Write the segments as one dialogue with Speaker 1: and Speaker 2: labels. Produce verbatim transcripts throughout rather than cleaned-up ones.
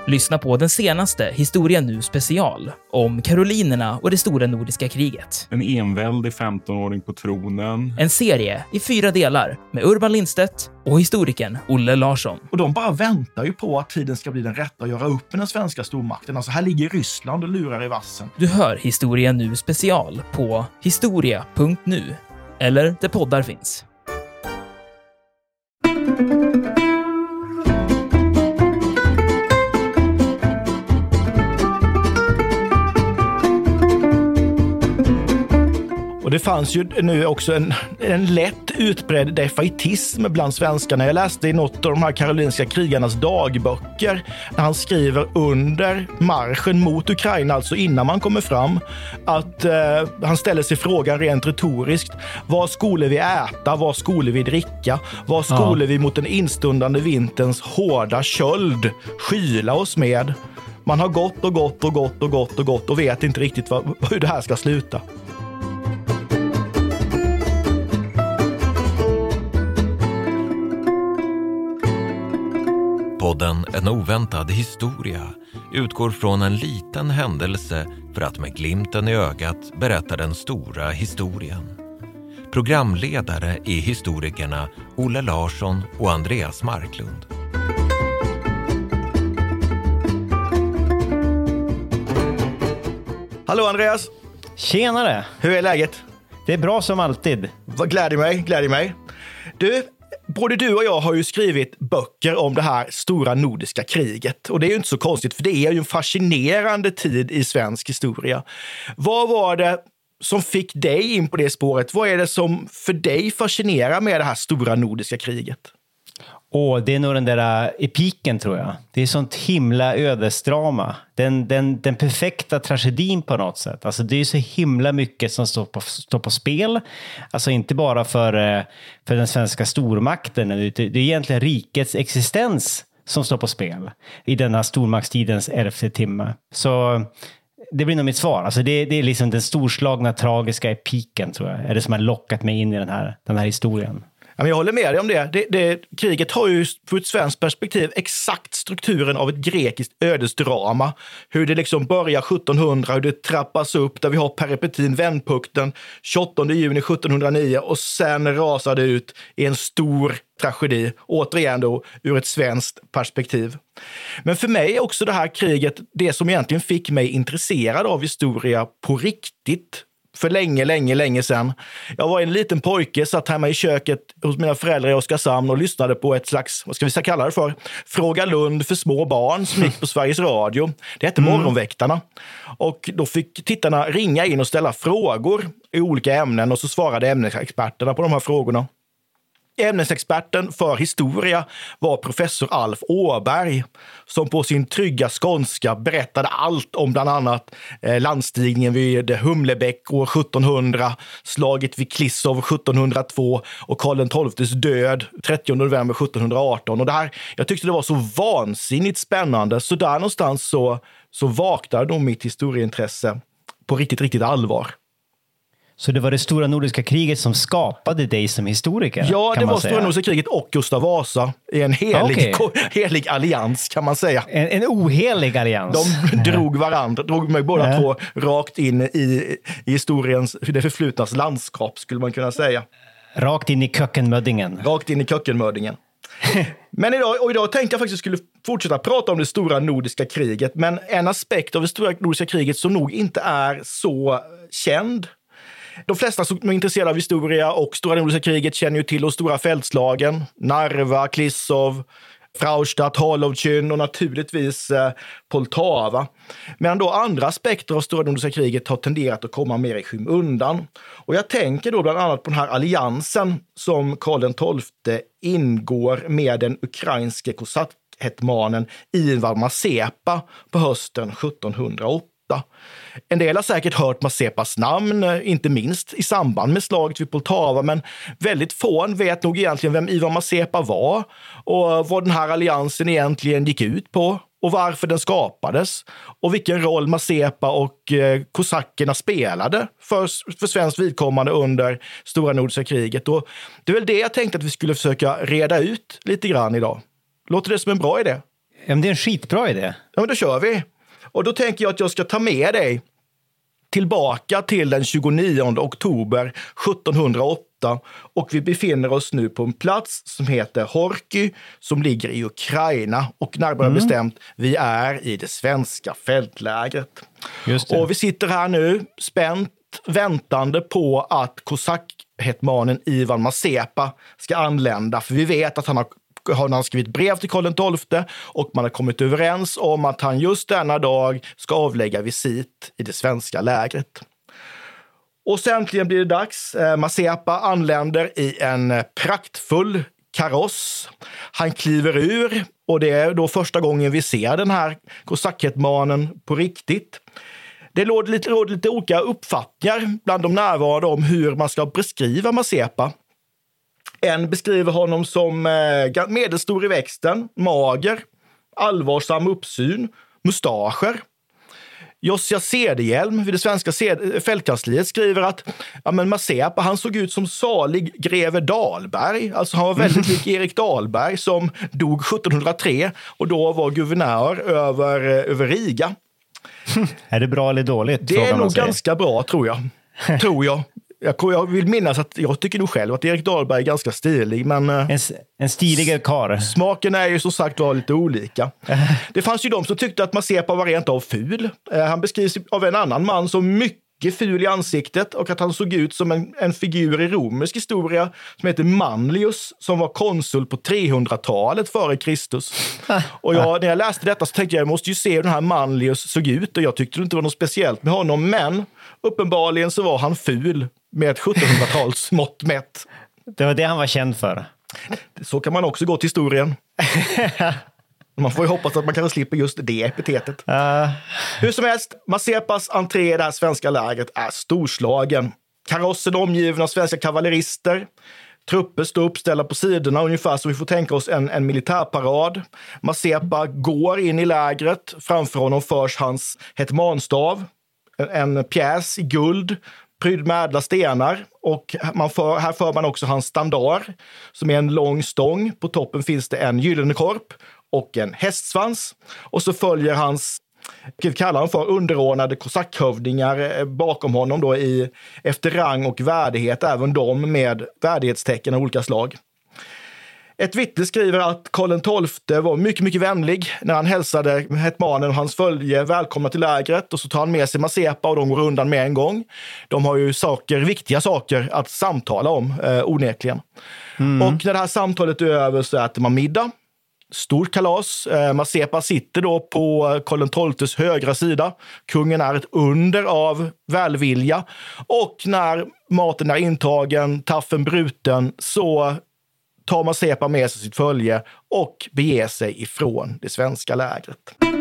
Speaker 1: Lyssna på den senaste Historia Nu special om Karolinerna och det stora nordiska kriget.
Speaker 2: En enväldig femtonåring på tronen.
Speaker 1: En serie i fyra delar med Urban Lindstedt och historikern Olle Larsson.
Speaker 3: Och de bara väntar ju på att tiden ska bli den rätta att göra upp med den svenska stormakten. Alltså här ligger Ryssland och lurar i vassen.
Speaker 1: Du hör Historia Nu special på historia punkt nu eller där poddar finns.
Speaker 3: Och det fanns ju nu också en, en lätt utbredd defaitism bland svenskarna. Jag läste i något av de här karolinska krigarnas dagböcker när han skriver under marschen mot Ukraina, alltså innan man kommer fram, att eh, han ställer sig frågan rent retoriskt: vad skulle vi äta, vad skulle vi dricka, vad skulle ja. vi mot den instundande vinterns hårda köld skyla oss med? Man har gått och gått och gått och gått och gått och vet inte riktigt vad, hur det här ska sluta.
Speaker 4: Podden En oväntad historia utgår från en liten händelse för att med glimten i ögat berätta den stora historien. Programledare är historikerna Olle Larsson och Andreas Marklund.
Speaker 3: Hallå Andreas!
Speaker 5: Tjenare!
Speaker 3: Hur är läget?
Speaker 5: Det är bra som alltid.
Speaker 3: Vad glädjer mig, glädjer mig. Du, både du och jag har ju skrivit böcker om det här stora nordiska kriget. Och det är ju inte så konstigt, för det är ju en fascinerande tid i svensk historia. Vad var det som fick dig in på det spåret? Vad är det som för dig fascinerar med det här stora nordiska kriget?
Speaker 5: Åh, det är nog den där epiken, tror jag. Det är sånt himla ödesdrama. Den, den, den perfekta tragedin på något sätt. Alltså det är så himla mycket som står på, står på spel. Alltså inte bara för, för den svenska stormakten. Det är egentligen rikets existens som står på spel i denna stormaktstidens elfte timme. Så det blir nog mitt svar. Alltså det, det är liksom den storslagna, tragiska epiken, tror jag. Är det som har lockat mig in i den här, den här historien.
Speaker 3: Jag håller med dig om det. Det, det. Kriget har ju på ett svenskt perspektiv exakt strukturen av ett grekiskt ödesdrama. Hur det liksom börjar sjuttonhundra, hur det trappas upp, där vi har peripetin, vändpunkten, tjugoåttonde juni sjuttonhundranio, och sen rasar det ut i en stor tragedi, återigen då ur ett svenskt perspektiv. Men för mig är också det här kriget det som egentligen fick mig intresserad av historia på riktigt. För länge, länge, länge sedan. Jag var en liten pojke, satt hemma i köket hos mina föräldrar i Oskarshamn och lyssnade på ett slags, vad ska vi kalla det för? Fråga Lund för små barn som gick på Sveriges Radio. Det hette mm. Morgonväktarna. Och då fick tittarna ringa in och ställa frågor i olika ämnen, och så svarade ämnesexperterna på de här frågorna. Ämnesexperten för historia var professor Alf Åberg, som på sin trygga skånska berättade allt om bland annat eh, landstigningen vid Humlebäck år sjuttonhundra, slaget vid Klissov sjuttonhundratvå och Karl den tolftes död trettionde november sjuttonhundraarton. Och det här, jag tyckte det var så vansinnigt spännande, så där någonstans så, så vaknade då mitt historieintresse på riktigt, riktigt allvar.
Speaker 5: Så det var det stora nordiska kriget som skapade dig som historiker?
Speaker 3: Ja, det var
Speaker 5: säga.
Speaker 3: stora nordiska kriget och Gustav Vasa i en helig,
Speaker 5: okay.
Speaker 3: helig allians, kan man säga.
Speaker 5: En, en ohelig allians.
Speaker 3: De drog varandra, drog mig båda ja. två rakt in i, i historiens, det förflutnas landskap, skulle man kunna säga.
Speaker 5: Rakt in i kökkenmöddingen.
Speaker 3: Rakt in i kökkenmöddingen. Men idag, och idag tänkte jag faktiskt att jag skulle fortsätta prata om det stora nordiska kriget, men en aspekt av det stora nordiska kriget som nog inte är så känd. De flesta som är intresserade av historia och stora nordiska kriget känner ju till de stora fältslagen. Narva, Klissov, Fraustadt, Harlovkyn och naturligtvis eh, Poltava. Men då andra aspekter av stora nordiska kriget har tenderat att komma mer i skymundan. Och jag tänker då bland annat på den här alliansen som Karl den tolfte ingår med den ukrainske kosackhetmanen Ivar Mazepa på hösten sjuttonhundraåtta. En del har säkert hört Mazepas namn, inte minst i samband med slaget vid Poltava, men väldigt få vet nog egentligen vem Ivar Mazepa var och vad den här alliansen egentligen gick ut på och varför den skapades och vilken roll Mazepa och eh, kosackerna spelade för, för svenskt vidkommande under stora nordiska kriget. Och det är väl det jag tänkte att vi skulle försöka reda ut lite grann idag. Låter det som en bra idé?
Speaker 5: Ja, men det är en skitbra idé.
Speaker 3: Ja, men då kör vi. Och då tänker jag att jag ska ta med dig tillbaka till den tjugonionde oktober sjuttonhundraåtta. Och vi befinner oss nu på en plats som heter Horky som ligger i Ukraina. Och närmare mm. bestämt, vi är i det svenska fältlägret.
Speaker 5: Just det.
Speaker 3: Och vi sitter här nu spänt väntande på att kosackhetmanen Ivan Mazepa ska anlända. För vi vet att han har Han har skrivit brev till Karl den tolfte och man har kommit överens om att han just denna dag ska avlägga visit i det svenska lägret. Och så äntligen blir det dags. Mazepa anländer i en praktfull kaross. Han kliver ur och det är då första gången vi ser den här kosackhetmanen på riktigt. Det råder lite, råder lite olika uppfattningar bland de närvarande om hur man ska beskriva Mazepa. En beskriver honom som medelstor i växten, mager, allvarsam uppsyn, mustascher. Josia Cederhielm vid det svenska fältkansliet skriver att ja, men Mazepa, han såg ut som salig greve Dahlberg. Alltså han var väldigt lik Erik Dahlberg som dog sjuttonhundratre och då var guvernör över, över Riga.
Speaker 5: Är det bra eller dåligt?
Speaker 3: Det är nog ganska bra, tror jag. tror jag. Jag vill minnas att jag tycker nog själv att Erik Dahlberg är ganska stilig. Men
Speaker 5: en, en stiligare karl.
Speaker 3: Smaken är ju som sagt var lite olika. Det fanns ju de som tyckte att Mazepa var rent av ful. Han beskrivs av en annan man som mycket ful i ansiktet och att han såg ut som en, en figur i romersk historia som heter Manlius som var konsul på trehundratalet före Kristus. Och jag, när jag läste detta så tänkte jag jag måste ju se hur den här Manlius såg ut och jag tyckte det inte var något speciellt med honom, men uppenbarligen så var han ful med ett sjuttonhundratals mått mätt.
Speaker 5: Det var det han var känd för.
Speaker 3: Så kan man också gå till historien. Man får ju hoppas att man kan slippa just det epitetet. Uh. Hur som helst, Mazepas entré i det här svenska lägret är storslagen. Karossen omgiven av svenska kavallerister. Trupper står uppställda på sidorna ungefär så vi får tänka oss en, en militärparad. Mazepa går in i lägret. Framför honom förs hans hetmanstav. En, en pjäs i guld prydd med ädla stenar och man för, här för man också hans standard som är en lång stång. På toppen finns det en gyllene korp och en hästsvans och så följer hans, vi kallar han för, underordnade kosackhövdingar bakom honom då i, efter rang och värdighet, även de med värdighetstecken av olika slag. Ett vittne skriver att Karl den tolfte var mycket, mycket vänlig när han hälsade hetmanen och hans följe välkomna till lägret och så tar han med sig Mazepa och de går undan med en gång. De har ju saker, viktiga saker att samtala om, eh, onekligen. Mm. Och när det här samtalet är över så äter man middag. Stort kalas. Eh, Mazepa sitter då på Karl den tolftes högra sida. Kungen är ett under av välvilja. Och när maten är intagen, taffen bruten, så tar Mazepa med sig sitt följe och beger sig ifrån det svenska lägret.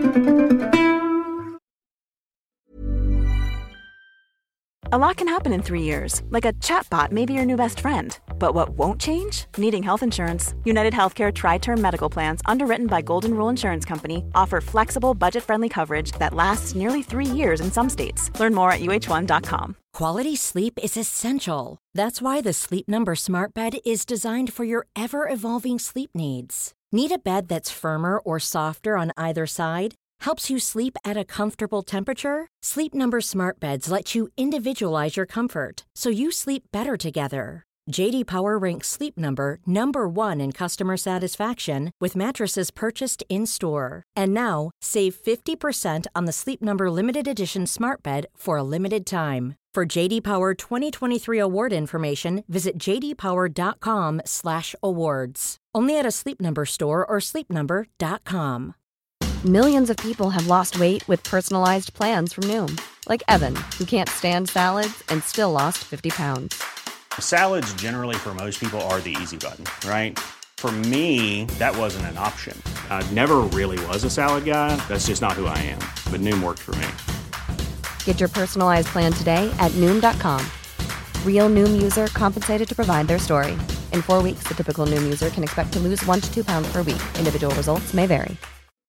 Speaker 6: A lot can happen in three years, like a chatbot may be your new best friend. But what won't change? Needing health insurance. United Healthcare Tri-Term Medical Plans, underwritten by Golden Rule Insurance Company, offer flexible, budget-friendly coverage that lasts nearly three years in some states. Learn more at U H one dot com.
Speaker 7: Quality sleep is essential. That's why the Sleep Number Smart Bed is designed for your ever-evolving sleep needs. Need a bed that's firmer or softer on either side? Helps you sleep at a comfortable temperature? Sleep Number Smart Beds let you individualize your comfort, so you sleep better together. J D Power ranks Sleep Number number one in customer satisfaction with mattresses purchased in-store. And now, save fifty percent on the Sleep Number Limited Edition Smart Bed for a limited time. For J D Power twenty twenty-three award information, visit j d power dot com slash awards. Only at a Sleep Number store or sleep number dot com.
Speaker 8: Millions of people have lost weight with personalized plans from Noom. Like Evan, who can't stand salads and still lost fifty pounds.
Speaker 9: Salads generally for most people are the easy button, right? For me, that wasn't an option. I never really was a salad guy. That's just not who I am. But Noom worked for me.
Speaker 8: Get your personalized plan today at Noom dot com. Real Noom user compensated to provide their story. In four weeks, the typical Noom user can expect to lose one to two pounds per week. Individual results may vary.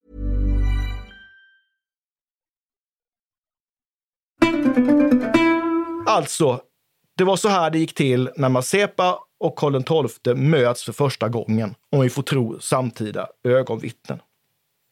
Speaker 3: Alltså, det var så här det gick till när Mazepa och Karl den tolfte möts för första gången, om vi får tro samtida ögonvittnen.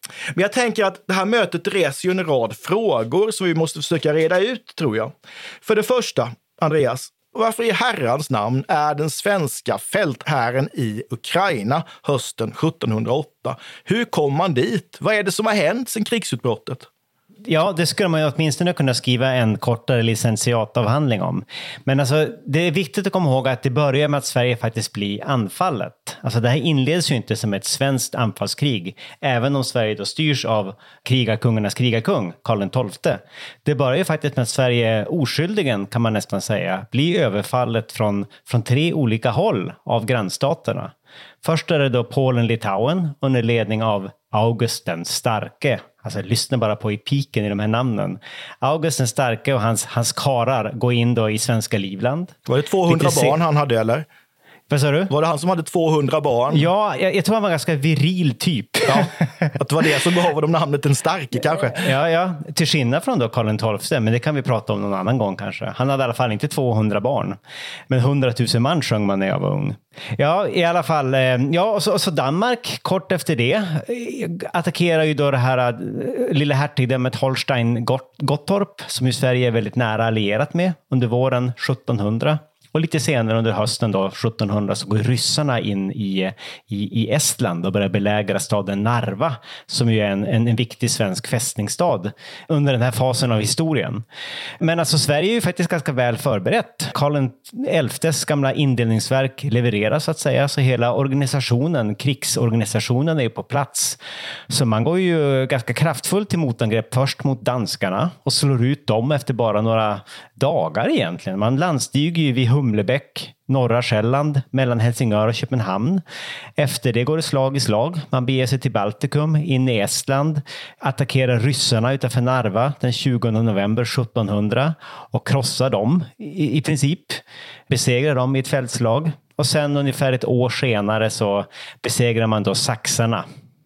Speaker 3: Men jag tänker att det här mötet reser ju en rad frågor som vi måste försöka reda ut, tror jag. För det första, Andreas, varför i herrans namn är den svenska fältherren i Ukraina hösten sjuttonhundraåtta? Hur kom man dit? Vad är det som har hänt sedan krigsutbrottet?
Speaker 5: Ja, det skulle man ju åtminstone kunna skriva en kortare licentiatavhandling om. Men alltså, det är viktigt att komma ihåg att det börjar med att Sverige faktiskt blir anfallet. Alltså det här inleds ju inte som ett svenskt anfallskrig, även om Sverige då styrs av krigarkungarnas krigarkung, Karl den tolfte. Det börjar ju faktiskt med att Sverige oskyldigen, kan man nästan säga, blir överfallet från, från tre olika håll av grannstaterna. Först är det då Polen-Litauen under ledning av August den starke. Alltså lyssna bara på epiken i de här namnen. August den starke och hans, hans karar går in då i svenska Livland.
Speaker 3: Var det tvåhundra
Speaker 5: se-
Speaker 3: barn han hade, eller?
Speaker 5: Vad sa du?
Speaker 3: Var det han som hade tvåhundra barn?
Speaker 5: Ja, jag, jag tror han var en ganska viril typ.
Speaker 3: Ja, att det var det som gav honom namnet den starke kanske.
Speaker 5: Ja, ja, till skillnad från då Karl den tolfte, men det kan vi prata om någon annan gång kanske. Han hade i alla fall inte tvåhundra barn, men hundratusen man sjöng man när jag var ung. Ja, i alla fall. Ja, och så, och så Danmark, kort efter det, attackerar ju då det här äh, lilla hertigdömet Holstein-Gottorp, som ju Sverige är väldigt nära allierat med under våren sjuttonhundra. Och lite senare under hösten då, sjuttonhundra, så går ryssarna in i, i, i Estland och börjar belägra staden Narva, som ju är en, en, en viktig svensk fästningsstad under den här fasen av historien. Men alltså Sverige är ju faktiskt ganska väl förberett. Karl den elftes gamla indelningsverk levereras så att säga, så hela organisationen, krigsorganisationen är ju på plats. Så man går ju ganska kraftfullt till motangrepp först mot danskarna och slår ut dem efter bara några dagar egentligen. Man landstiger ju vid Humlebäck, norra Själland, mellan Helsingör och Köpenhamn. Efter det går det slag i slag. Man beger sig till Baltikum, in i Estland, attackerar ryssarna utanför Narva den tjugonde november sjuttonhundra och krossar dem i, i princip. Besegrar dem i ett fältslag. Och sen ungefär ett år senare så besegrar man då saxarna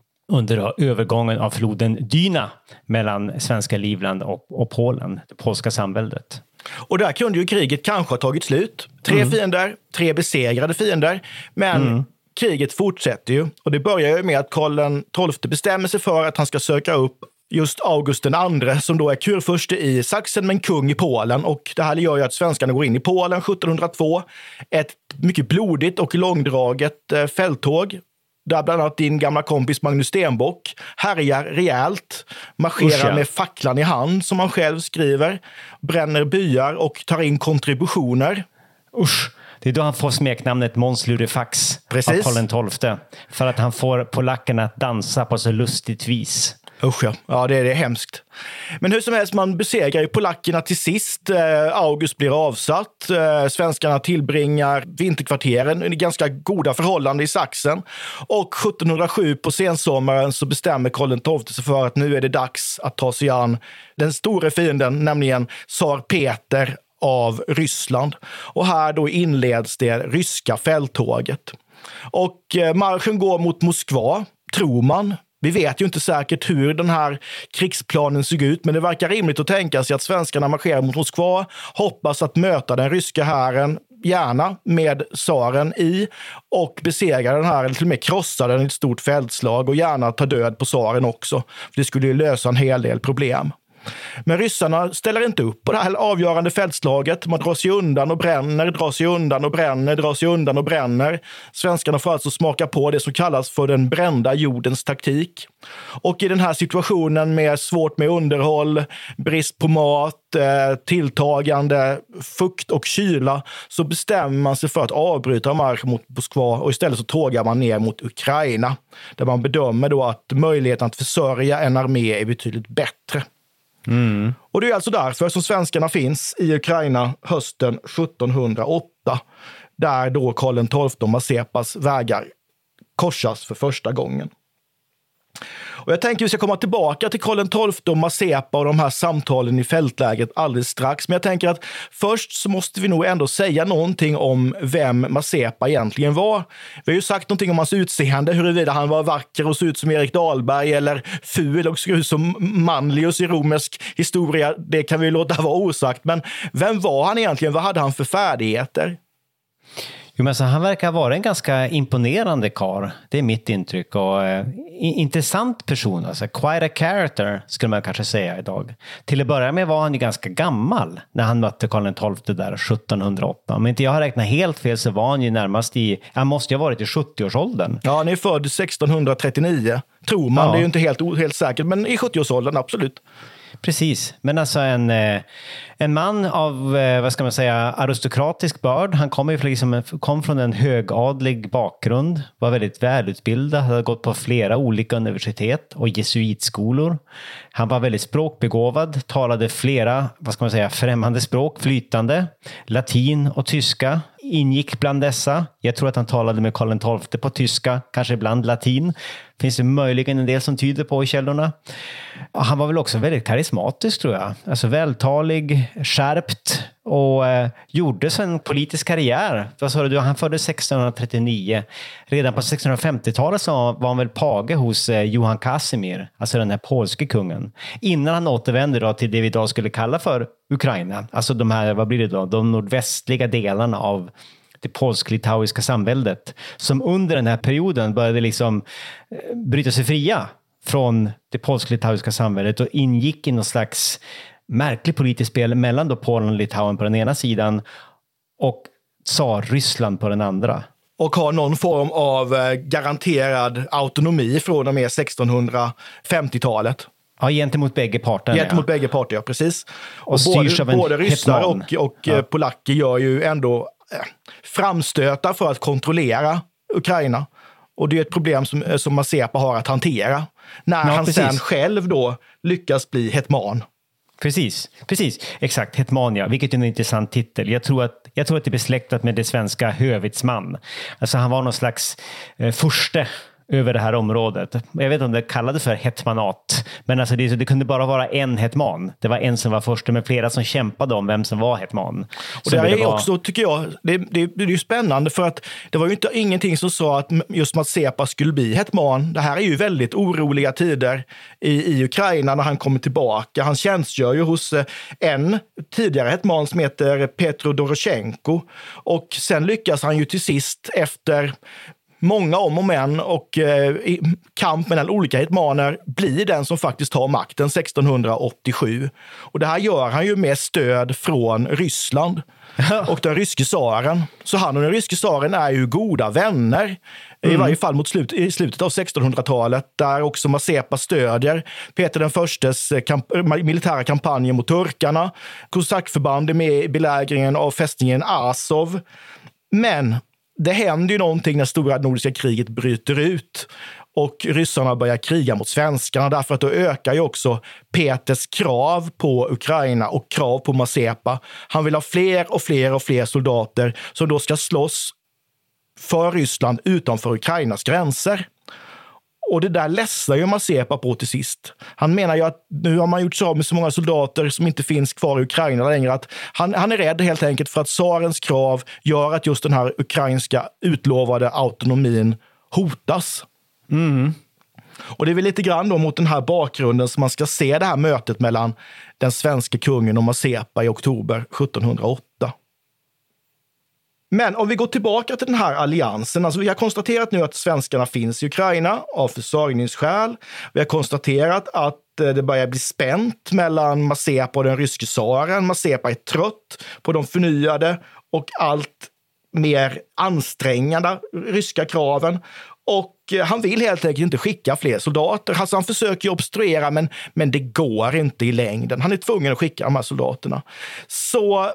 Speaker 5: under övergången av floden Dyna mellan svenska Livland och, och Polen, det polska samväldet.
Speaker 3: Och där kunde ju kriget kanske ha tagit slut. Tre mm. fiender, tre besegrade fiender. Men mm. kriget fortsätter ju. Och det börjar ju med att Karl den tolfte bestämmer sig för att han ska söka upp just August den andre, som då är kurfurste i Sachsen men kung i Polen. Och det här gör ju att svenskarna går in i Polen sjuttonhundratvå. Ett mycket blodigt och långdraget eh, fälttåg. Där bland annat din gamla kompis Magnus Stenbock härjar rejält, marscherar Usch, ja. med facklan i hand som han själv skriver, bränner byar och tar in kontributioner.
Speaker 5: Usch, det är då han får smeknamnet Mons Lurifax av Karl den tolfte, för att han får polackerna att dansa på så lustigt vis.
Speaker 3: Usch ja, ja det är det hemskt. Men hur som helst, man besegrar ju polackerna till sist. August blir avsatt. Svenskarna tillbringar vinterkvarteren i ganska goda förhållanden i Sachsen. Och sjuttonhundrasju på sensommaren så bestämmer Karl den tolfte sig för att nu är det dags att ta sig an den stora fienden, nämligen tsar Peter av Ryssland. Och här då inleds det ryska fälttåget. Och marschen går mot Moskva, tror man. Vi vet ju inte säkert hur den här krigsplanen såg ut, men det verkar rimligt att tänka sig att svenskarna marscherar mot Moskva, hoppas att möta den ryska hären, gärna med tsaren i, och besegra den här, eller till och med krossa den i ett stort fältslag och gärna ta död på tsaren också. Det skulle ju lösa en hel del problem. Men ryssarna ställer inte upp på det här avgörande fältslaget. Man drar sig undan och bränner, drar sig undan och bränner, drar sig undan och bränner. Svenskarna får alltså smaka på det som kallas för den brända jordens taktik. Och i den här situationen med svårt med underhåll, brist på mat, tilltagande fukt och kyla, så bestämmer man sig för att avbryta marschen mot Moskva och istället så tågar man ner mot Ukraina, där man bedömer då att möjligheten att försörja en armé är betydligt bättre. Mm. Och det är alltså därför som svenskarna finns i Ukraina hösten sjuttonhundraåtta, där då Karl den tolfte och Mazepas vägar korsas för första gången. Och jag tänker att vi ska komma tillbaka till Karl den tolfte och Mazepa och de här samtalen i fältläget alldeles strax. Men jag tänker att först så måste vi nog ändå säga någonting om vem Mazepa egentligen var. Vi har ju sagt någonting om hans utseende, huruvida han var vacker och såg ut som Erik Dahlberg eller ful och såg ut som Manlius i romersk historia. Det kan vi låta vara osagt. Men vem var han egentligen? Vad hade han för färdigheter?
Speaker 5: Jo, men så han verkar vara en ganska imponerande karl. Det är mitt intryck. Och eh, intressant person. Alltså, quite a character skulle man kanske säga idag. Till att börja med var han ju ganska gammal när han mötte Karl tolfte där sjuttonhundraåtta. Om inte jag har räknat helt fel så var han ju närmast i, han måste ju ha varit i sjuttioårsåldern.
Speaker 3: Ja, han är född sextonhundratrettionio. Tror man, ja. Det är ju inte helt, helt säkert, men i sjuttioårsåldern, absolut.
Speaker 5: Precis, men alltså en, en man av, vad ska man säga, aristokratisk börd. Han kom, ju liksom, kom från en högadlig bakgrund, var väldigt välutbildad, hade gått på flera olika universitet och jesuitskolor. Han var väldigt språkbegåvad, talade flera, vad ska man säga, främmande språk, flytande. Latin och tyska ingick bland dessa. Jag tror att han talade med Karl tolfte på tyska, kanske ibland latin. Finns det möjligen en del som tyder på i källorna. Och han var väl också väldigt karismatisk, tror jag. Alltså vältalig, skärpt och eh, gjorde sig en politisk karriär. Vad sa du? Han föddes sextonhundratrettionio. Redan på sextonhundrafemtiotalet så var han väl page hos eh, Johan Casimir, alltså den här polske kungen. Innan han återvände då till det vi idag skulle kalla för Ukraina. Alltså de här, vad blir det då? De nordvästliga delarna av det polsk-litauiska samväldet, som under den här perioden började liksom bryta sig fria från det polsk-litauiska samväldet och ingick i någon slags märklig politiskt spel mellan då Polen och Litauen på den ena sidan och Tsar-Ryssland på den andra.
Speaker 3: Och har någon form av garanterad autonomi från och med sextonhundrafemtiotalet.
Speaker 5: Ja, gentemot bägge parter.
Speaker 3: Gentemot
Speaker 5: ja.
Speaker 3: bägge parter, ja, precis.
Speaker 5: Och,
Speaker 3: och både,
Speaker 5: både,
Speaker 3: både ryssar och, och
Speaker 5: ja.
Speaker 3: polacker gör ju ändå framstötar för att kontrollera Ukraina. Och det är ett problem som, som Mazepa har att hantera. När ja, han precis. sen själv då lyckas bli hetman.
Speaker 5: Precis, precis. Exakt, hetmania, vilket är en intressant titel. Jag tror att, jag tror att det är besläktat med det svenska hövitsman. Alltså han var någon slags eh, förste över det här området. Jag vet inte om det kallades för hetmanat. Men alltså det, det kunde bara vara en hetman. Det var en som var först med flera som kämpade om vem som var hetman.
Speaker 3: Och det är vara... också, tycker jag, det, det, det är ju spännande för att det var ju inte ingenting som sa att just Mazepa skulle bli hetman. Det här är ju väldigt oroliga tider i, i Ukraina när han kommer tillbaka. Han tjänstgör ju hos en tidigare hetman som heter Petro Doroshenko. Och sen lyckas han ju till sist efter många om och men och eh, kamp mellan olika hetmaner blir den som faktiskt tar makten sextonhundraåttiosju. Och det här gör han ju med stöd från Ryssland och den ryske tsaren. Så han och den ryske tsaren är ju goda vänner. Mm. I varje fall mot slut, i slutet av sextonhundratalet, där också Mazepa stödjer Peter den förstes kamp- militära kampanjer mot turkarna. Kosackförband är med i belägringen av fästningen Azov. Men det händer ju någonting när stora nordiska kriget bryter ut och ryssarna börjar kriga mot svenskarna, därför att då ökar ju också Peters krav på Ukraina och krav på Mazepa. Han vill ha fler och fler och fler soldater som då ska slåss för Ryssland utanför Ukrainas gränser. Och det där lässar ju Mazepa på till sist. Han menar ju att nu har man gjort så med så många soldater som inte finns kvar i Ukraina längre, att han, han är rädd helt enkelt för att tsarens krav gör att just den här ukrainska utlovade autonomin hotas.
Speaker 5: Mm.
Speaker 3: Och det är väl lite grann då mot den här bakgrunden som man ska se det här mötet mellan den svenska kungen och Mazepa i oktober sjuttonhundraåtta. Men om vi går tillbaka till den här alliansen, alltså vi har konstaterat nu att svenskarna finns i Ukraina av försörjningsskäl. Vi har konstaterat att det börjar bli spänt mellan Mazepa och den ryske tsaren. Mazepa är trött på de förnyade och allt mer ansträngande ryska kraven. Och han vill helt enkelt inte skicka fler soldater. Alltså han försöker ju obstruera, men, men det går inte i längden. Han är tvungen att skicka de här soldaterna. Så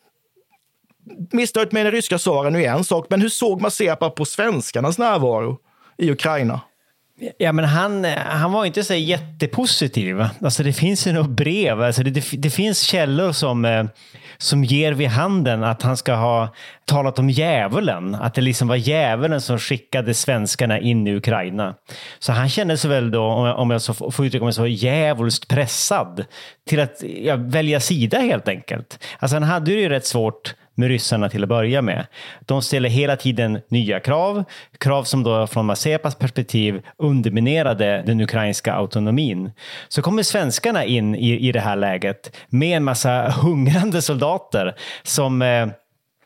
Speaker 3: missnöjet med den ryska tsaren är en sak, men hur såg Mazepa på svenskarnas närvaro i Ukraina?
Speaker 5: Ja, men han, han var inte så jättepositiv. Alltså det finns ju några brev, alltså det, det, det finns källor som, som ger vid handen att han ska ha talat om djävulen. Att det liksom var djävulen som skickade svenskarna in i Ukraina. Så han kände sig väl då, om jag så får uttrycka mig så, djävulskt pressad till att ja, välja sida helt enkelt. Alltså han hade ju rätt svårt med ryssarna till att börja med. De ställer hela tiden nya krav. Krav som då från Mazepas perspektiv underminerade den ukrainska autonomin. Så kommer svenskarna in i, i det här läget med en massa hungrande soldater som, eh,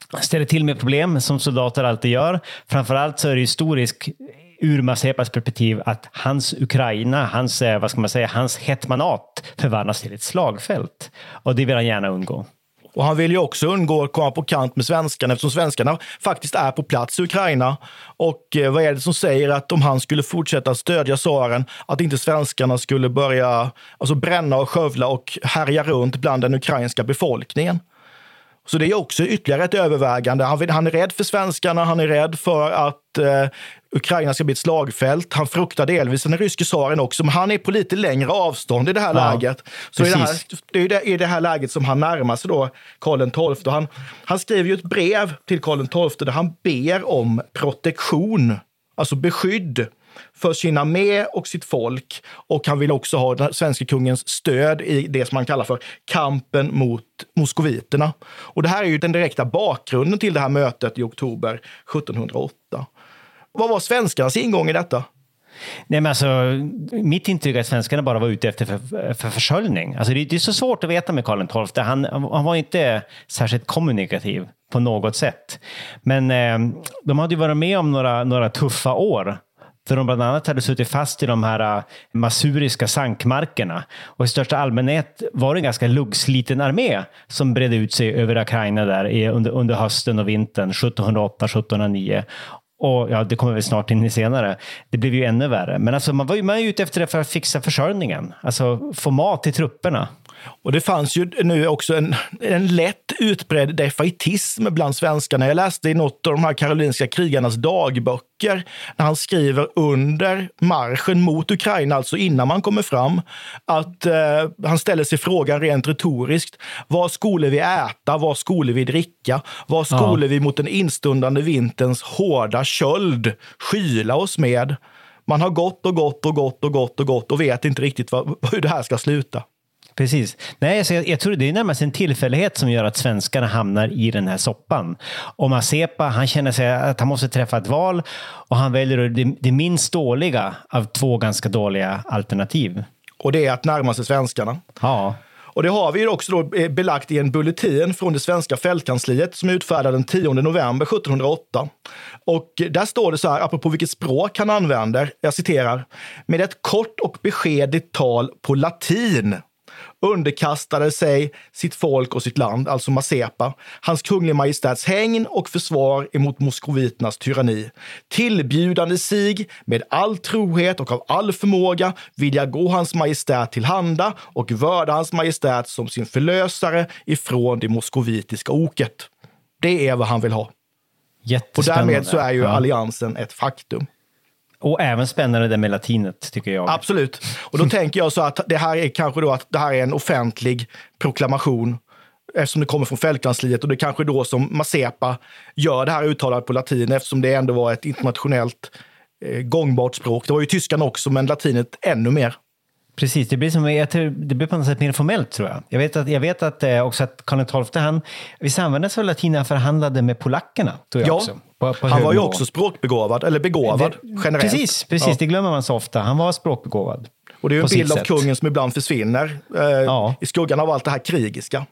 Speaker 5: ställer till med problem som soldater alltid gör. Framförallt så är det historiskt ur Mazepas perspektiv att hans Ukraina, hans, vad ska man säga, hans hetmanat förvandlas till ett slagfält. Och det vill han gärna undgå.
Speaker 3: Och han vill ju också undgå att komma på kant med svenskarna eftersom svenskarna faktiskt är på plats i Ukraina. Och eh, vad är det som säger att om han skulle fortsätta stödja tsaren att inte svenskarna skulle börja alltså bränna och skövla och härja runt bland den ukrainska befolkningen? Så det är också ytterligare ett övervägande. Han, vill, han är rädd för svenskarna, han är rädd för att eh, Ukraina ska bli ett slagfält. Han fruktar delvis den ryske tsaren också, men han är på lite längre avstånd i det här ja, läget. Så i det här, det är det, i det här läget som han närmar sig då Karl den tolfte. Han, han skriver ju ett brev till Karl den tolfte där han ber om protektion, alltså beskydd för sin armé och sitt folk, och han vill också ha den svenska kungens stöd i det som man kallar för kampen mot moskoviterna. Och det här är ju den direkta bakgrunden till det här mötet i oktober sjuttonhundraåtta. Vad var svenskarnas ingång i detta?
Speaker 5: Nej, men alltså, mitt intryck är att svenskarna bara var ute efter för, för försörjning. Alltså, det, det är så svårt att veta med Karl den tolfte. Han, han var inte särskilt kommunikativ på något sätt. Men eh, de hade ju varit med om några, några tuffa år. För de bland annat hade suttit fast i de här masuriska sankmarkerna. Och i största allmänhet var det en ganska luggsliten armé som bredde ut sig över Ukraina där under, under hösten och vintern sjuttonhundraåtta sjuttonhundranio. Och ja, det kommer vi snart in i senare. Det blev ju ännu värre. Men alltså, man var ju med ute efter det för att fixa försörjningen. Alltså få mat till trupperna.
Speaker 3: Och det fanns ju nu också en, en lätt utbredd defaitism bland svenskarna. Jag läste i något av de här karolinska krigarnas dagböcker när han skriver under marschen mot Ukraina, alltså innan man kommer fram, att eh, han ställer sig frågan rent retoriskt: vad skulle vi äta, vad skulle vi dricka, vad skulle ja. vi mot den instundande vinterns hårda köld skyla oss med? Man har gått och gått och gått och gått och gått och vet inte riktigt vad, hur det här ska sluta.
Speaker 5: Precis. Nej, alltså jag, jag tror det är närmast en tillfällighet som gör att svenskarna hamnar i den här soppan. Och Mazepa, han känner sig att han måste träffa ett val och han väljer det, det minst dåliga av två ganska dåliga alternativ.
Speaker 3: Och det är att närma sig svenskarna.
Speaker 5: Ja.
Speaker 3: Och det har vi ju också då belagt i en bulletin från det svenska fältkansliet som utfärdade den tionde november sjuttonhundraåtta. Och där står det så här, apropå vilket språk han använder, jag citerar: med ett kort och beskedigt tal på latin underkastade sig sitt folk och sitt land, alltså Mazepa, hans kunglig majestäts hägn och försvar emot moskoviternas tyranni. Tillbjudande sig med all trohet och av all förmåga vill jag gå hans majestät till handa och vörda hans majestät som sin förlösare ifrån det moskovitiska oket. Det är vad han vill ha. Och därmed så är ju ja. alliansen ett faktum.
Speaker 5: Och även spännande det med latinet, tycker jag.
Speaker 3: Absolut. Och då tänker jag så att det här är kanske då att det här är en offentlig proklamation eftersom det kommer från fältkansliet, och det är kanske då som Mazepa gör det här uttalat på latin eftersom det ändå var ett internationellt eh, gångbart språk. Det var ju tyskan också, men latinet ännu mer.
Speaker 5: Precis, det blir, som, jag tror, det blir på något sätt mer formellt, tror jag. Jag vet att, jag vet att eh, också att Karl den tolfte, han visst använde sig av latin, han förhandlade med polackerna, tror jag
Speaker 3: ja,
Speaker 5: också. På, på
Speaker 3: han var ju också språkbegåvad, eller begåvad det, generellt.
Speaker 5: Precis, precis ja. det glömmer man så ofta. Han var språkbegåvad.
Speaker 3: Och det är ju en bild av sätt. kungen som ibland försvinner eh, ja. i skuggan av allt det här krigiska.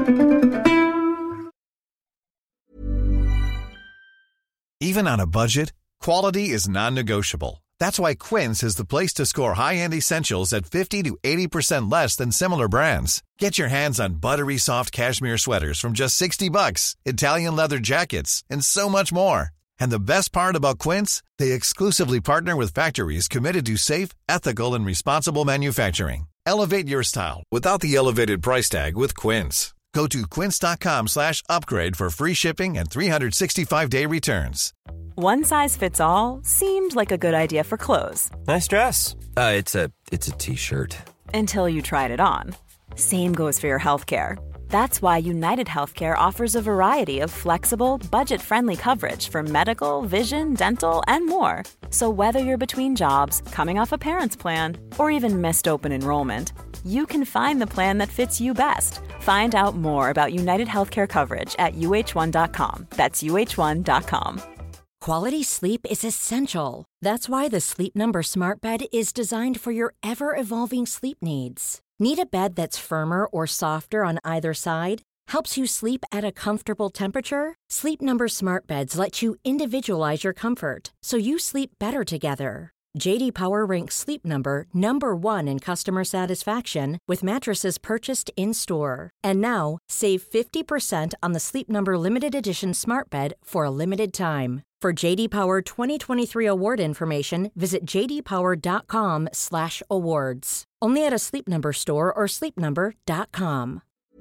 Speaker 10: Even on a budget, quality is non-negotiable. That's why Quince is the place to score high-end essentials at fifty to eighty percent less than similar brands. Get your hands on buttery soft cashmere sweaters from just sixty bucks, Italian leather jackets, and so much more. And the best part about Quince, they exclusively partner with factories committed to safe, ethical, and responsible manufacturing. Elevate your style without the elevated price tag with Quince. Go to quince.com slash upgrade for free shipping and three sixty-five day returns.
Speaker 6: One size fits all seemed like a good idea for clothes.
Speaker 11: Nice dress. Uh, it's a it's a t-shirt.
Speaker 6: Until you tried it on. Same goes for your healthcare. That's why United Healthcare offers a variety of flexible, budget-friendly coverage for medical, vision, dental, and more. So whether you're between jobs, coming off a parent's plan, or even missed open enrollment, you can find the plan that fits you best. Find out more about United Healthcare coverage at U H one dot com. That's U H one dot com.
Speaker 7: Quality sleep is essential. That's why the Sleep Number Smart Bed is designed for your ever-evolving sleep needs. Need a bed that's firmer or softer on either side? helps you sleep at a comfortable temperature. Sleep Number smart beds let you individualize your comfort so you sleep better together. J D Power ranks Sleep Number number one in customer satisfaction with mattresses purchased in-store. And now, save fifty percent on the Sleep Number Limited Edition smart bed for a limited time. For J D Power twenty twenty-three award information, visit j d power dot com slash awards. Only at a Sleep Number store or sleep number dot com.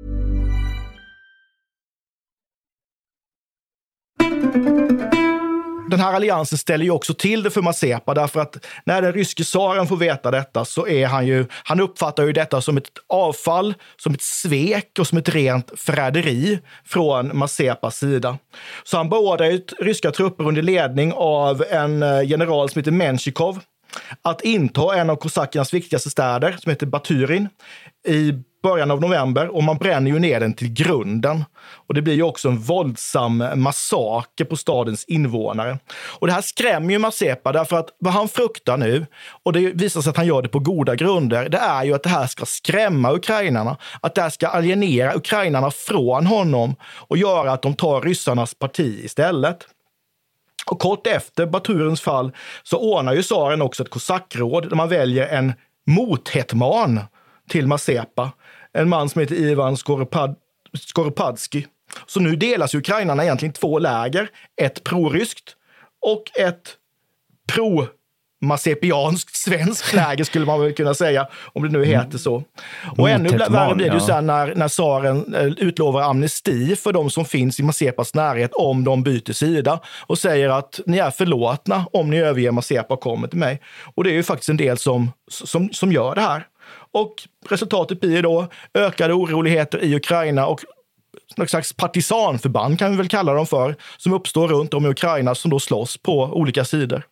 Speaker 3: Den här alliansen ställer ju också till det för Mazepa, därför att när den ryske tsaren får veta detta så är han ju, han uppfattar ju detta som ett avfall, som ett svek och som ett rent förräderi från Mazepas sida. Så han beordrar ut ryska trupper under ledning av en general som heter Menshikov att inta en av kosackernas viktigaste städer som heter Baturin i början av november, och man bränner ju ner den till grunden. Och det blir ju också en våldsam massaker på stadens invånare. Och det här skrämmer ju Mazepa, därför att vad han fruktar nu, och det visar sig att han gör det på goda grunder, det är ju att det här ska skrämma ukrainarna, att det här ska alienera ukrainarna från honom och göra att de tar ryssarnas parti istället. Och kort efter Baturins fall så ordnar ju tsaren också ett kosackråd där man väljer en mothetman till Mazepa. En man som heter Ivan Skoropad, Skoropadsky. Så nu delas ukrainarna egentligen två läger. Ett proryskt och ett pro-mazepianskt svenskt läger skulle man väl kunna säga, om det nu heter så. Och ännu värre blir det ju sen när, när tsaren utlovar amnesti för de som finns i Mazepas närhet om de byter sida och säger att ni är förlåtna om ni överger Mazepa och kommer till mig. Och det är ju faktiskt en del som, som, som gör det här. Och resultatet blir då ökade oroligheter i Ukraina och något slags partisanförband kan vi väl kalla dem för, som uppstår runt om i Ukraina som då slåss på olika sidor.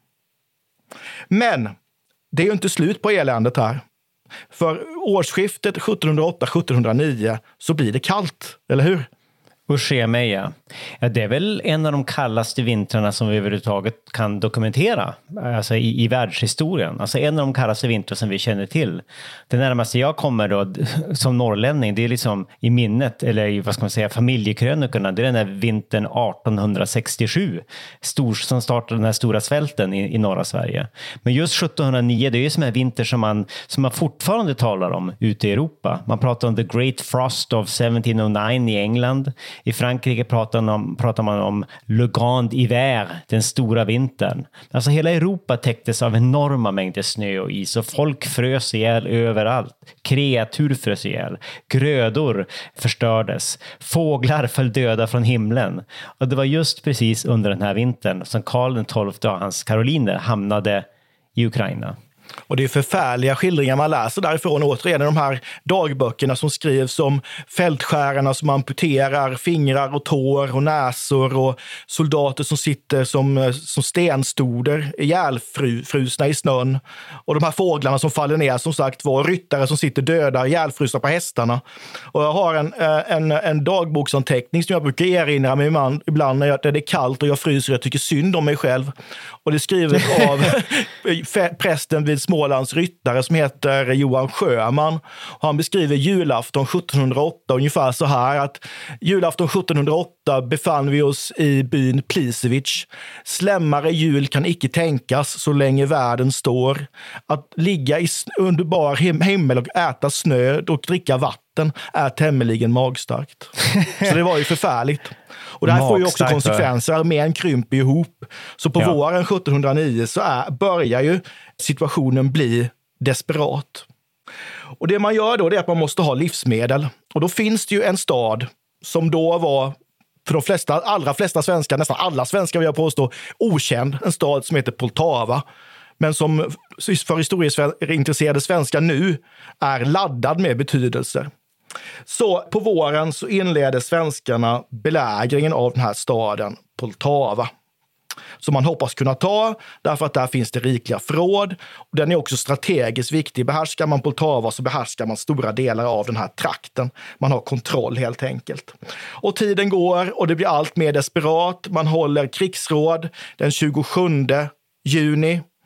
Speaker 3: Men det är ju inte slut på eländet här. För årsskiftet sjuttonhundraåtta sjuttonhundranio så blir det kallt, eller hur?
Speaker 5: Usch är mig, ja. Ja, det är väl en av de kallaste vintrarna som vi överhuvudtaget kan dokumentera, alltså i, i världshistorien. Alltså en av de kallaste vintrar som vi känner till. Det närmaste jag kommer då som norrlänning, det är liksom i minnet, eller i, vad ska man säga, familjekrönikorna, det är den där vintern arton sextiosju stor, som startade den här stora svälten i, i norra Sverige. Men just sjuttonhundranio, det är ju som en vinter som man, som man fortfarande talar om ute i Europa. Man pratar om The Great Frost of seventeen oh nine i England. I Frankrike pratar, om, pratar man om Le Grand Hiver, den stora vintern. Alltså hela Europa täcktes av enorma mängder snö och is och folk frös ihjäl överallt. Kreatur frös ihjäl. Grödor förstördes. Fåglar föll döda från himlen. Och det var just precis under den här vintern som Karl den tolfte och hans karoliner hamnade i Ukraina.
Speaker 3: Och det är förfärliga skildringar man läser därifrån, återigen i de här dagböckerna som skrivs om fältskärarna som amputerar fingrar och tår och näsor och soldater som sitter som, som stenstoder ihjälfrusna i snön. Och de här fåglarna som faller ner, som sagt var, ryttare som sitter döda ihjälfrusna på hästarna. Och jag har en, en, en dagboksanteckning som jag brukar erinra mig ibland när, jag, när det är kallt och jag fryser och jag tycker synd om mig själv. Och det är skrivet av prästen vid Smålands ryttare som heter Johan Sjöman. Och han beskriver julafton sjuttonhundraåtta ungefär så här, att julafton sjuttonhundraåtta befann vi oss i byn Plisevic. Slämmare jul kan icke tänkas så länge världen står. Att ligga i underbar him- himmel och äta snö och dricka vatten är tämligen magstarkt. Så det var ju förfärligt. Och det här får ju också konsekvenser. Armén krymper ihop. Så på ja. våren sjuttonhundranio så är, börjar ju situationen bli desperat. Och det man gör då det är att man måste ha livsmedel. Och då finns det ju en stad som då var, för de flesta, allra flesta svenskar, nästan alla svenskar vill jag påstå, okänd. En stad som heter Poltava. Men som för historieintresserade svenskar nu är laddad med betydelser. Så på våren så inleder svenskarna belägringen av den här staden Poltava. Som man hoppas kunna ta, därför att där finns det rikliga förråd. Och den är också strategiskt viktig. Behärskar man Poltava så behärskar man stora delar av den här trakten. Man har kontroll helt enkelt. Och tiden går och det blir allt mer desperat. Man håller krigsråd den tjugosjunde juni.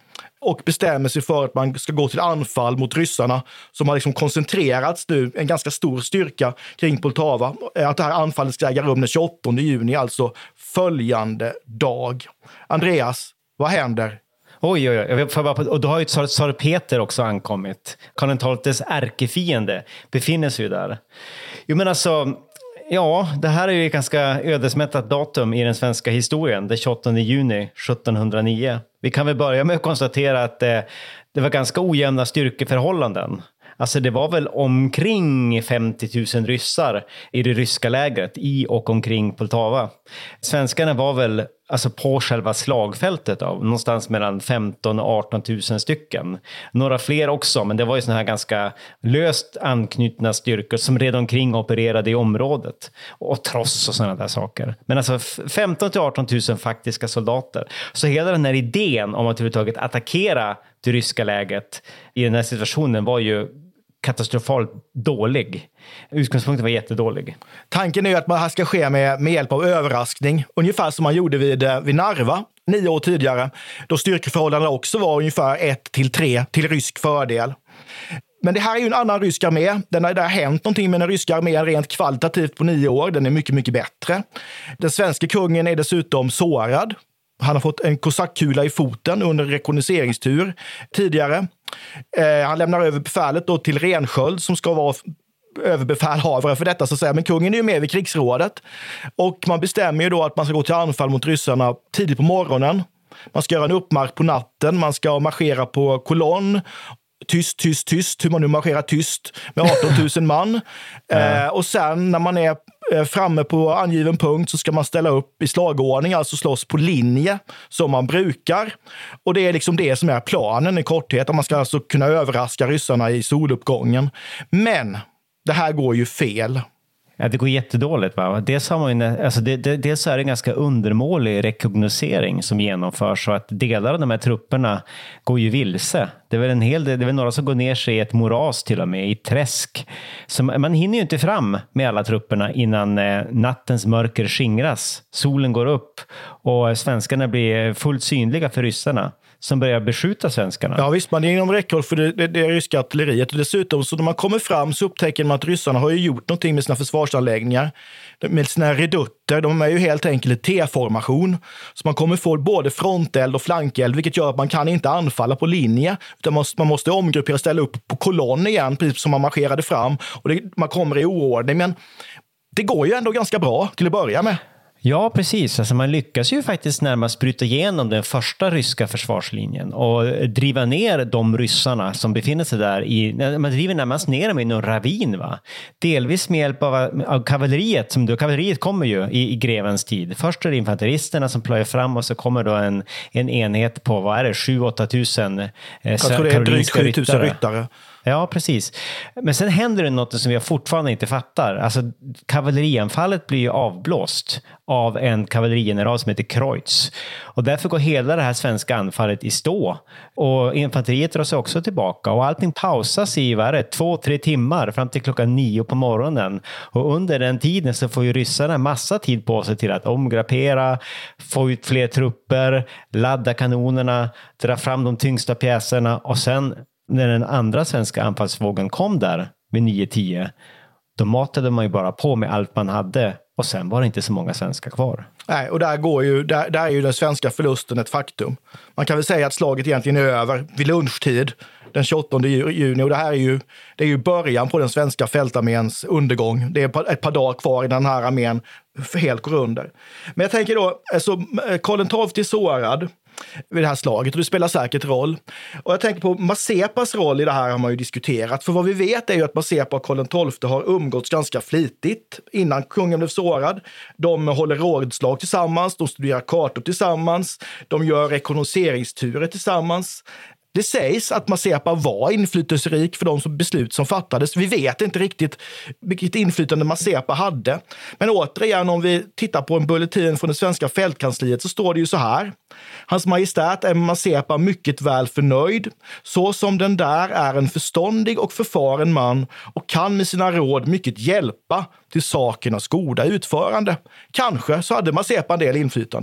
Speaker 3: och bestämmer sig för att man ska gå till anfall mot ryssarna som har liksom koncentrerats nu, en ganska stor styrka kring Poltava. Att det här anfallet ska äga rum den tjugoåttonde juni, alltså följande dag. Andreas, vad händer?
Speaker 5: Oj, oj, oj. Och då har ju tsar Peter också ankommit. Karl tolftes ärkefiende befinner sig ju där. Jo, men alltså, ja, det här är ju ett ganska ödesmättat datum i den svenska historien, den tjugoåttonde juni sjuttonhundranio. Vi kan väl börja med att konstatera att det, det var ganska ojämna styrkeförhållanden. Alltså det var väl omkring femtio tusen ryssar i det ryska lägret i och omkring Poltava. Svenskarna var väl alltså på själva slagfältet av någonstans mellan femton och arton tusen stycken. Några fler också, men det var ju såna här ganska löst anknutna styrkor som redan omkring opererade i området. Och tross och sådana där saker. Men alltså femton till arton tusen faktiska soldater. Så hela den här idén om att överhuvudtaget attackera det ryska läget i den här situationen var ju katastrofalt dålig. Utgångspunkten var jättedålig.
Speaker 3: Tanken är ju att det här ska ske med, med hjälp av överraskning. Ungefär som man gjorde vid, vid Narva nio år tidigare. Då styrkeförhållandena också var ungefär ett till tre till rysk fördel. Men det här är ju en annan rysk armé. Den har, det har hänt någonting med den ryska armén rent kvalitativt på nio år. Den är mycket, mycket bättre. Den svenska kungen är dessutom sårad. Han har fått en kosackkula i foten under rekognoseringstur tidigare. Eh, han lämnar över befälet då till Rensköld som ska vara överbefälhavare för detta, så att säga. Men kungen är ju med vid krigsrådet. Och man bestämmer ju då att man ska gå till anfall mot ryssarna tidigt på morgonen. Man ska göra en uppmarsch på natten. Man ska marschera på kolonn. Tyst, tyst, tyst. Hur man nu marscherar tyst med arton tusen man. eh, och sen när man är framme på angiven punkt så ska man ställa upp i slagordning, alltså slåss på linje som man brukar. Och det är liksom det som är planen i korthet. Man ska alltså kunna överraska ryssarna i soluppgången. Men det här går ju fel.
Speaker 5: Ja, det går jättedåligt, va? Dels, har man ju, alltså det, det, dels är det en ganska undermålig rekognosering som genomförs, så att delar av de här trupperna går ju vilse. Det är väl en hel del, det är väl några som går ner sig i ett moras till och med, i träsk. Så man hinner ju inte fram med alla trupperna innan eh, nattens mörker skingras. Solen går upp och svenskarna blir fullt synliga för ryssarna som börjar beskjuta svenskarna.
Speaker 3: Ja visst, man är inom räckhåll för det, det, det ryska artilleriet. Och dessutom så när man kommer fram så upptäcker man att ryssarna har ju gjort någonting med sina försvarsanläggningar. Med sina redutter, de är ju helt enkelt i T-formation. Så man kommer få både fronteld och flankeld, vilket gör att man kan inte anfalla på linje. Utan man, man måste omgruppera och ställa upp på kolonn igen, precis som man marscherade fram. Och det, man kommer i oordning, men det går ju ändå ganska bra till att börja med.
Speaker 5: Ja, precis. Alltså man lyckas ju faktiskt närmast bryta igenom den första ryska försvarslinjen och driva ner de ryssarna som befinner sig där i, man driver närmast ner dem i någon ravin, va? Delvis med hjälp av, av kavalleriet, som då kavalleriet kommer ju i, i grevens tid. Först är det infanteristerna som plöjer fram och så kommer då en, en enhet på, vad är det, sju åtta tusen eh,
Speaker 3: Jag tror det är drygt sju tusen ryttare.
Speaker 5: Ja, precis. Men sen händer det något som jag fortfarande inte fattar. Alltså, kavallerianfallet blir ju avblåst av en kavallerigeneral som heter Kreutz. Och därför går hela det här svenska anfallet i stå. Och infanteriet drar sig också tillbaka. Och allting pausas i vad är det, två, tre timmar fram till klockan nio på morgonen. Och under den tiden så får ju ryssarna massa tid på sig till att omgrappera, få ut fler trupper, ladda kanonerna, dra fram de tyngsta pjäserna och sen när den andra svenska anfallsvågen kom där vid nio tio, då matade man ju bara på med allt man hade och sen var det inte så många svenskar kvar. Nej,
Speaker 3: och där, går ju, där, där är ju den svenska förlusten ett faktum. Man kan väl säga att slaget egentligen är över vid lunchtid den tjugoåttonde juni, och det här är ju, det är ju början på den svenska fältarméns undergång. Det är ett par dagar kvar i den här armén helt går under. Men jag tänker då, alltså, Karl tolfte är sårad vid det här slaget och det spelar säkert roll. Och jag tänker på Mazepas roll i det här har man ju diskuterat. För vad vi vet är ju att Mazepa och Karl tolfte har umgåtts ganska flitigt innan kungen blev sårad. De håller rådslag tillsammans, de studerar kartor tillsammans, de gör rekognoseringsturer tillsammans. Det sägs att Mazepa var inflytelserik för de som beslut som fattades. Vi vet inte riktigt vilket inflytande Mazepa hade. Men återigen, om vi tittar på en bulletin från det svenska fältkansliet så står det ju så här. Hans majestät är Mazepa mycket väl förnöjd, så som den där är en förståndig och förfaren man och kan med sina råd mycket hjälpa till sakernas goda utförande. Kanske så hade Mazepa en del inflytande.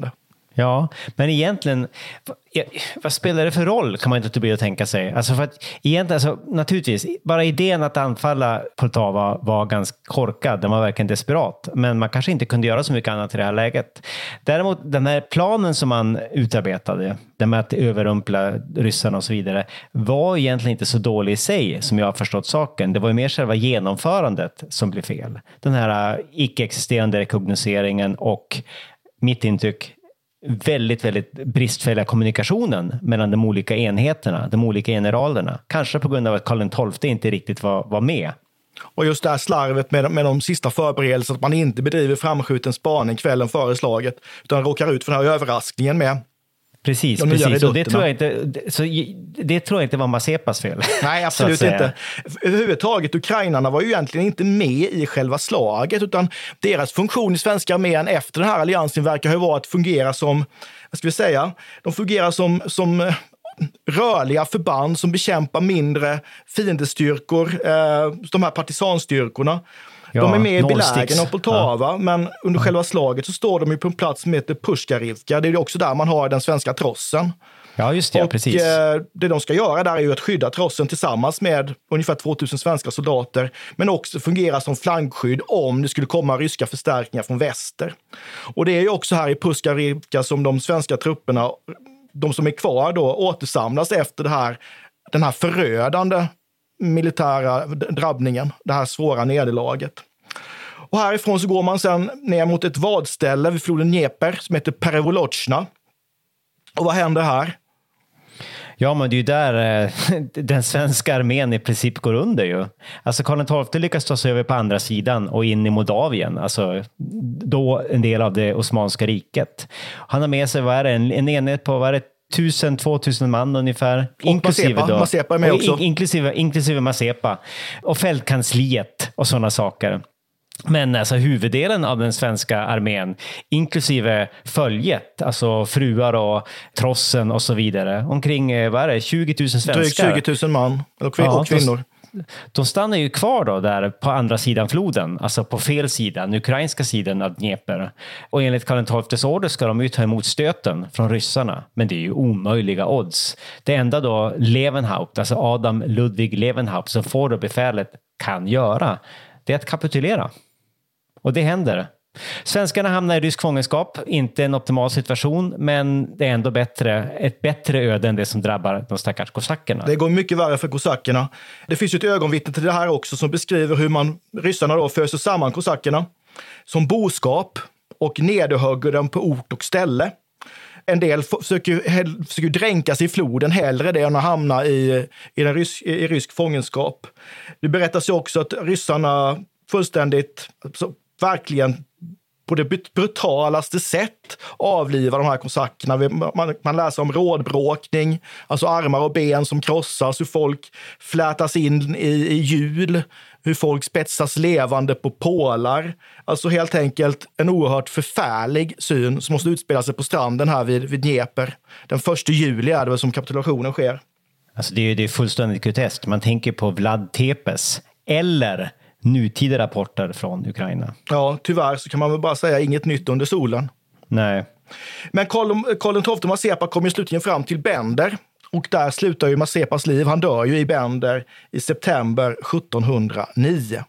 Speaker 5: Ja, men egentligen, vad spelar det för roll kan man inte bli att tänka sig. Alltså för att egentligen, alltså, naturligtvis, bara idén att anfalla Poltava var ganska korkad, den var verkligen desperat. Men man kanske inte kunde göra så mycket annat i det här läget. Däremot, den här planen som man utarbetade, den med att överrumpla ryssarna och så vidare, var egentligen inte så dålig i sig som jag har förstått saken. Det var ju mer själva genomförandet som blev fel. Den här icke-existerande rekognoseringen och mitt intryck, väldigt, väldigt bristfälliga kommunikationen mellan de olika enheterna, de olika generalerna. Kanske på grund av att Karl tolfte inte riktigt var, var med.
Speaker 3: Och just det här slarvet med, med de sista förberedelserna, att man inte bedriver framskjuten spaning kvällen före slaget, utan råkar ut för den här överraskningen med
Speaker 5: Precis,
Speaker 3: de
Speaker 5: precis. Och det tror jag inte, så det tror jag inte var Mazepas fel.
Speaker 3: Nej, absolut inte. Överhuvudtaget, ukrainarna var ju egentligen inte med i själva slaget, utan deras funktion i svenska armén efter den här alliansen verkar ju vara att fungera som, vad ska vi säga, de fungerar som, som rörliga förband som bekämpar mindre fiendestyrkor, eh, de här partisanstyrkorna. Ja, de är med i belägen av Poltava, ja. Men under själva slaget så står de ju på en plats som heter Pushkarivka. Det är också där man har den svenska trossen.
Speaker 5: Ja, just det,
Speaker 3: och
Speaker 5: precis.
Speaker 3: Eh, det de ska göra där är ju att skydda trossen tillsammans med ungefär tvåtusen svenska soldater, men också fungera som flankskydd om det skulle komma ryska förstärkningar från väster. Och det är ju också här i Pushkarivka som de svenska trupperna, de som är kvar då, återsamlas efter det här, den här förödande militära drabbningen, det här svåra nederlaget. Och härifrån så går man sen ner mot ett vadställe vid floden Dnepr som heter Perevolochna. Och vad händer här?
Speaker 5: Ja, men det är ju där eh, den svenska armén i princip går under ju. Alltså Karl tolfte lyckas ta sig över på andra sidan och in i Moldavien, alltså då en del av det Osmanska riket. Han har med sig, vad är det, en, en enhet på, vad är det, tusen, tvåtusen man ungefär.
Speaker 3: Och
Speaker 5: inklusive
Speaker 3: Mazepa,
Speaker 5: då,
Speaker 3: Mazepa är med också.
Speaker 5: In, inklusive, inklusive Mazepa. Och fältkansliet och sådana saker. Men alltså huvuddelen av den svenska armén, inklusive följet, alltså fruar och trossen och så vidare. Omkring, vad är det, tjugo tusen svenskar.
Speaker 3: Drygt tjugo tusen man, eller kvin-
Speaker 5: ja,
Speaker 3: och kvinnor.
Speaker 5: De, de stannar ju kvar då där på andra sidan floden, alltså på fel sida, den ukrainska sidan av Dnepr. Och enligt Karl tolftes order ska de ju ta emot stöten från ryssarna. Men det är ju omöjliga odds. Det enda då Levenhaupt, alltså Adam Ludwig Levenhaupt, som får då befälet kan göra, det är att kapitulera. Och det händer. Svenskarna hamnar i rysk fångenskap, inte en optimal situation, men det är ändå bättre, ett bättre öde än det som drabbar de stackars kosackerna.
Speaker 3: Det går mycket värre för kosackerna. Det finns ju ett ögonvittne till det här också som beskriver hur man, ryssarna då föser samman kosackerna som boskap och nederhugger dem på ort och ställe. En del försöker, försöker dränka sig i floden hellre det än att hamna i, i, den rysk, i rysk fångenskap. Det berättas ju också att ryssarna fullständigt, alltså, verkligen på det brutalaste sätt avlivar de här kosackerna. Man, man läser om rådbråkning, alltså armar och ben som krossas, hur folk flätas in i, i hjul, hur folk spetsas levande på pålar. Alltså helt enkelt en oerhört förfärlig syn som måste utspela sig på stranden här vid, vid Dnepr. Den första juli är det väl som kapitulationen sker.
Speaker 5: Alltså det är, det är fullständigt groteskt. Man tänker på Vlad Tepes eller nutida rapporter från Ukraina.
Speaker 3: Ja, tyvärr så kan man väl bara säga inget nytt under solen.
Speaker 5: Nej.
Speaker 3: Men Karl tolfte Mazepa kom ju slutligen fram till Bender. Och där slutar ju Mazepas liv. Han dör ju i Bender i september sjuttonhundranio.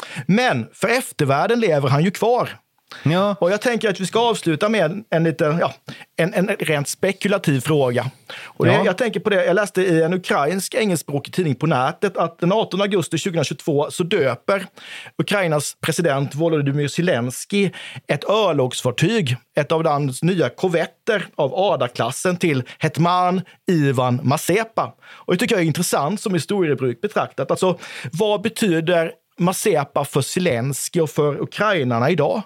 Speaker 3: Men för eftervärlden lever han ju kvar.
Speaker 5: Ja.
Speaker 3: Och jag tänker att vi ska avsluta med en liten, ja, en, en rent spekulativ fråga. Och det, ja. Jag tänker på det, jag läste i en ukrainsk engelskspråkig tidning på nätet att den artonde augusti tjugohundratjugotvå så döper Ukrainas president Volodymyr Zelensky ett örlogsfartyg, ett av landets nya korvetter av Ada-klassen, till Hetman Ivan Mazepa. Och det tycker jag är intressant som historiebruk betraktat. Alltså, vad betyder Mazepa för Zelensky och för ukrainarna idag?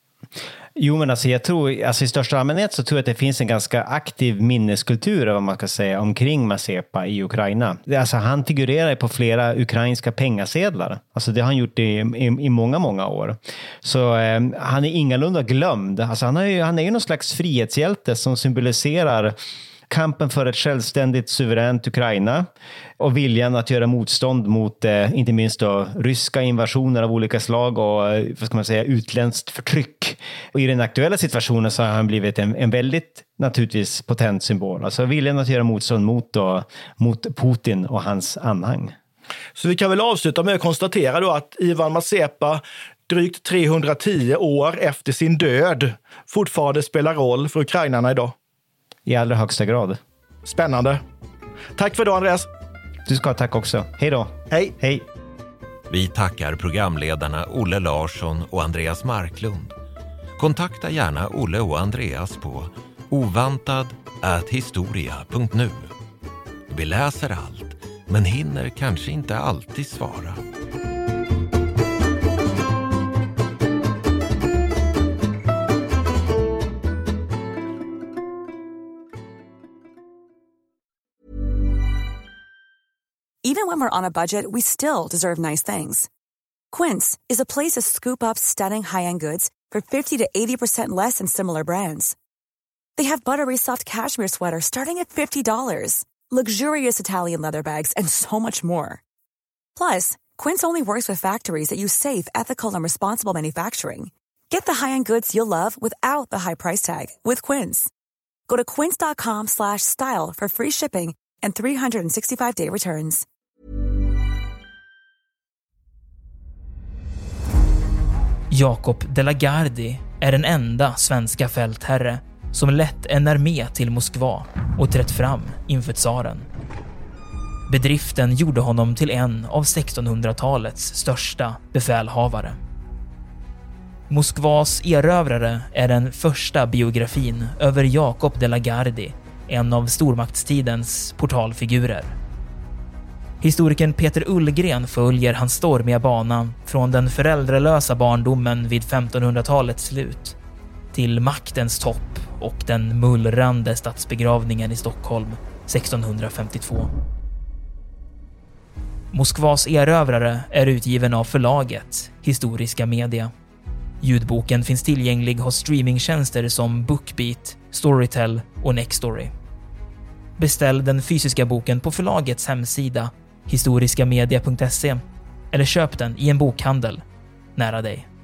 Speaker 5: Jo, men alltså jag tror, alltså i största allmänhet så tror jag att det finns en ganska aktiv minneskultur, vad man ska säga, omkring Mazepa i Ukraina. Alltså han figurerar på flera ukrainska pengasedlar. Alltså det har han gjort i, i, i många, många år. Så eh, han är ingalunda glömd. Alltså han, har ju, han är ju någon slags frihetshjälte som symboliserar kampen för ett självständigt suveränt Ukraina och viljan att göra motstånd mot eh, inte minst då, ryska invasioner av olika slag och eh, vad ska man säga, utländskt förtryck. Och i den aktuella situationen så har han blivit en, en väldigt naturligtvis potent symbol. Alltså viljan att göra motstånd mot, då, mot Putin och hans anhang.
Speaker 3: Så vi kan väl avsluta med att konstatera då att Ivan Mazepa drygt trehundratio år efter sin död fortfarande spelar roll för ukrainarna idag.
Speaker 5: I allra högsta grad.
Speaker 3: Spännande. Tack för idag, Andreas.
Speaker 5: Du ska ha tack också. Hej då.
Speaker 3: Hej.
Speaker 5: Hej.
Speaker 4: Vi tackar programledarna Olle Larsson och Andreas Marklund. Kontakta gärna Olle och Andreas på ovantad at historia punkt nu. Vi läser allt, men hinner kanske inte alltid svara.
Speaker 12: Even when we're on a budget, we still deserve nice things. Quince is a place to scoop up stunning high-end goods for fifty to eighty percent less than similar brands. They have buttery soft cashmere sweaters starting at fifty dollars, luxurious Italian leather bags, and so much more. Plus, Quince only works with factories that use safe, ethical, and responsible manufacturing. Get the high-end goods you'll love without the high price tag with Quince. Go to quince.com slash style for free shipping and three sixty-five day returns.
Speaker 1: Jacob de la Gardie är den enda svenska fältherre som lett en armé till Moskva och trätt fram inför tsaren. Bedriften gjorde honom till en av sextonhundratalets största befälhavare. Moskvas erövrare är den första biografin över Jacob de la Gardie, en av stormaktstidens portalfigurer. Historikern Peter Ullgren följer hans stormiga bana från den föräldralösa barndomen vid femtonhundratalets slut till maktens topp och den mullrande stadsbegravningen i Stockholm sextonhundrafemtiotvå. Moskvas erövrare är utgiven av förlaget Historiska Media. Ljudboken finns tillgänglig hos streamingtjänster som Bookbeat, Storytel och Nextory. Beställ den fysiska boken på förlagets hemsida historiska media punkt se eller köp den i en bokhandel nära dig.